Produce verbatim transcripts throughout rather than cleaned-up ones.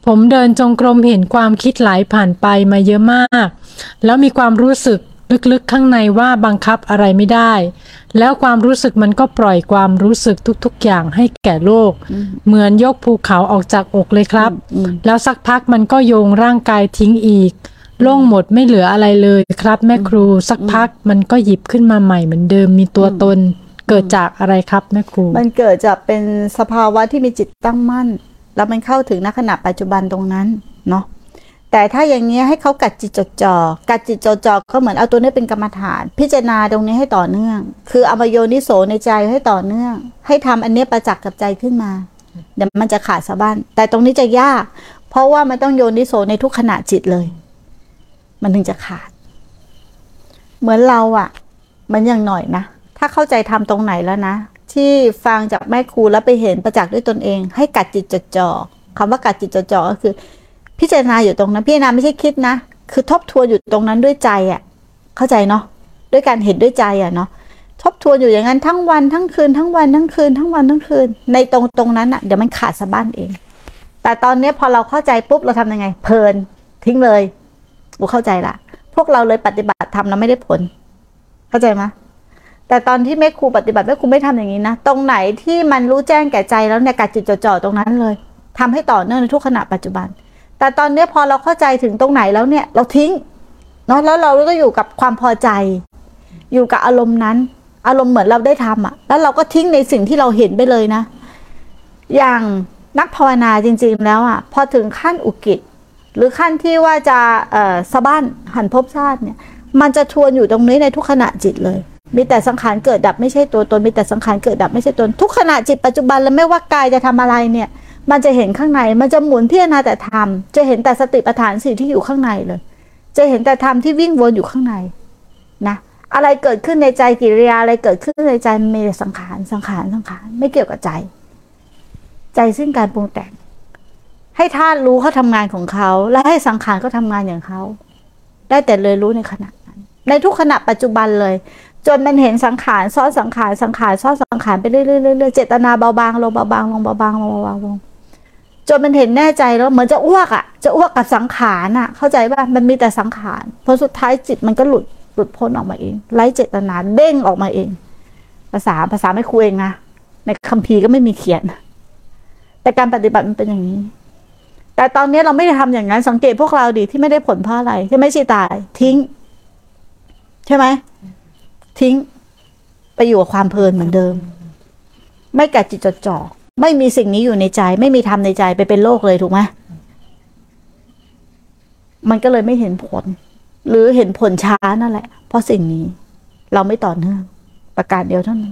ผมเดินจงกรมเห็นความคิดไหลผ่านไปมาเยอะมากแล้วมีความรู้สึกลึกๆข้างในว่าบังคับอะไรไม่ได้แล้วความรู้สึกมันก็ปล่อยความรู้สึกทุกๆอย่างให้แก่โลกเหมือนยกภูเขาออกจากอกเลยครับแล้วสักพักมันก็โยงร่างกายทิ้งอีกโล่งหมดไม่เหลืออะไรเลยครับแม่ครูสักพักมันก็หยิบขึ้นมาใหม่เหมือนเดิมมีตัวตนเกิดจากอะไรครับแม่ครูมันเกิดจากเป็นสภาวะที่มีจิตตั้งมั่นแล้วมันเข้าถึงณขณะปัจจุบันตรงนั้นเนาะแต่ถ้าอย่างเงี้ยให้เขากัดจิตจดจ่อกัดจิตจดจ่อก็เหมือนเอาตัวนี้เป็นกรรมฐานพิจารณาตรงนี้ให้ต่อเนื่องคือเอามาโยนิโสในใจให้ต่อเนื่องให้ทำอันนี้ประจักษ์กับใจขึ้นมาเดี๋ยวมันจะขาดสะบั้นแต่ตรงนี้จะยากเพราะว่ามันต้องโยนิโสในทุกขณะจิตเลยมันถึงจะขาดเหมือนเราอะมันอย่างหน่อยนะถ้าเข้าใจทำตรงไหนแล้วนะที่ฟังจากแม่ครูแล้วไปเห็นประจักษ์ด้วยตนเองให้กัดจิตจดจ่อคำว่ากัดจิตจดจ่อก็คือพิจารณาอยู่ตรงนั้นพิจารณาไม่ใช่คิดนะคือทบทวนอยู่ตรงนั้นด้วยใจอ่ะเข้าใจเนาะด้วยการเห็นด้วยใจอ่ะเนาะทบทวนอยู่อย่างนั้นทั้งวันทั้งคืนทั้งวันทั้งคืนทั้งวันทั้งคืนในตรงตรงนั้นอ่ะเดี๋ยวมันขาดสะบั้นเองแต่ตอนนี้พอเราเข้าใจปุ๊บเราทำยังไงเพลินทิ้งเลยกูเข้าใจละพวกเราเลยปฏิบัติทำแล้วไม่ได้ผลเข้าใจไหมแต่ตอนที่แม่ครูปฏิบัติแม่ครูไม่ทำอย่างนี้นะตรงไหนที่มันรู้แจ้งแก่ใจแล้วเนี่ยกัดจิตจดจ่อตรงนั้นเลยทำให้ต่อเนื่องในทุกขณะปัจจุบันแต่ตอนนี้พอเราเข้าใจถึงตรงไหนแล้วเนี่ยเราทิ้งเนาะแล้วเราก็อยู่กับความพอใจอยู่กับอารมณ์นั้นอารมณ์เหมือนเราได้ทำอ่ะแล้วเราก็ทิ้งในสิ่งที่เราเห็นไปเลยนะอย่างนักภาวนาจริงๆแล้วอ่ะพอถึงขั้นอุกิจหรือขั้นที่ว่าจะเอ่อสะบั้นหันภพชาติเนี่ยมันจะทวนอยู่ตรงนี้ในทุกขณะจิตเลยมีแต่สังขารเกิดดับไม่ใช่ตัวตนมีแต่สังขารเกิดดับไม่ใช่ตนทุกขณะจิตปัจจุบันแล้วไม่ว่ากายจะทำอะไรเนี่ยมันจะเห็นข้างในมันจะหมุนพิจารณาแต่ธรรมจะเห็นแต่สติปัฏฐานสี่ที่อยู่ข้างในเลยจะเห็นแต่ธรรมที่วิ่งวนอยู่ข้างในนะอะไรเกิดขึ้นในใจกิริยาอะไรเกิดขึ้นในใจมีแต่สังขารสังขารสังขารไม่เกี่ยวกับใจใจซึ่งการปรุงแต่งให้ธาตุรู้เขาทำงานของเขาและให้สังขารเขาทำงานอย่างเขาได้แต่เลยรู้ในขณะนั้นในทุกขณะปัจจุบันเลยจนมันเห็นสังขารซ้อนสังขารสังขารซ้อนสังขารไปเรื่อยๆเจตนาเบาบางลงเบาบางลงเบาบางลงเบาบางลงจนมันเห็นแน่ใจแล้วเหมือนจะอ้วกอ่ะจะอ้วกกับสังขารอ่ะเข้าใจป่ะมันมีแต่สังขารพอสุดท้ายจิตมันก็หลุดหลุดพ้นออกมาเองไร้เจตนาเด้งออกมาเองภาษาภาษาไม่คุยเองนะในคัมภีร์ก็ไม่มีเขียนแต่การปฏิบัติมันเป็นอย่างนี้แต่ตอนนี้เราไม่ได้ทำอย่างนั้นสังเกตพวกเราดิที่ไม่ได้ผลเพราะอะไรที่ไม่ใช่ตายทิ้งใช่ไหมทิ้งไปอยู่กับความเพลินเหมือนเดิมไม่กัดจิตจดจ่อไม่มีสิ่งนี้อยู่ในใจไม่มีธรรมในใจไปเป็นโลกเลยถูกไหมมันก็เลยไม่เห็นผลหรือเห็นผลช้านั่นแหละเพราะสิ่งนี้เราไม่ต่อเนื่องประการเดียวเท่านั้น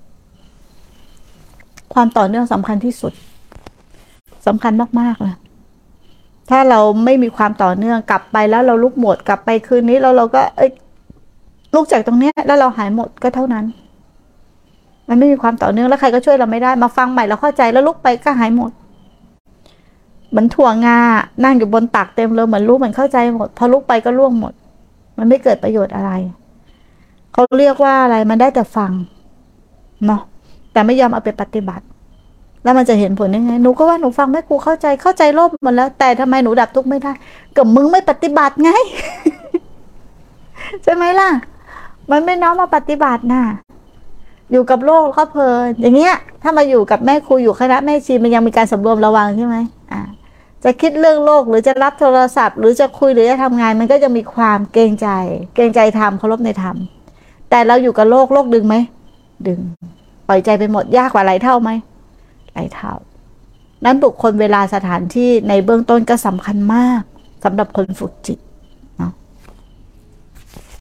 ความต่อเนื่องสำคัญที่สุดสำคัญมากๆเลยถ้าเราไม่มีความต่อเนื่องกลับไปแล้วเราลุกหมดกลับไปคืนนี้แล้วเราก็เอ้ยลุกจากตรงนี้แล้วเราหายหมดก็เท่านั้นมันไม่มีความต่อเนื่องแล้วใครก็ช่วยเราไม่ได้มาฟังใหม่เราเข้าใจแล้วลุกไปก็หายหมดเหมือนถั่วงานั่งอยู่บนตักเต็มเลยเหมือนรู้เหมือนเข้าใจหมดพอลุกไปก็ล่วงหมดมันไม่เกิดประโยชน์อะไรเขาเรียกว่าอะไรมันได้แต่ฟังเนาะแต่ไม่ยอมเอาไปปฏิบัติแล้วมันจะเห็นผลยังไงหนูก็ว่าหนูฟังแม่ครูเข้าใจเข้าใจโลภหมดแล้วแต่ทำไมหนูดับทุกข์ไม่ได้กับมึงไม่ปฏิบัติไง ใช่ไหมล่ะมันไม่น้อมมาปฏิบัติน่ะอยู่กับโลกก็เพลินอย่างเงี้ยถ้ามาอยู่กับแม่ครูอยู่คณะแม่ชีมันยังมีการสำรวมระวังใช่ไหมอ่าจะคิดเรื่องโลกหรือจะรับโทรศัพท์หรือจะคุยหรือจะทำงานมันก็จะมีความเกรงใจเกรงใจธรรมเคารพในธรรมแต่เราอยู่กับโลกโลกดึงไหมดึงปล่อยใจไปหมดยากกว่าหลายเท่าไหมหลายเท่านั้นบุคคลเวลาสถานที่ในเบื้องต้นก็สำคัญมากสำหรับคนฝึกจิต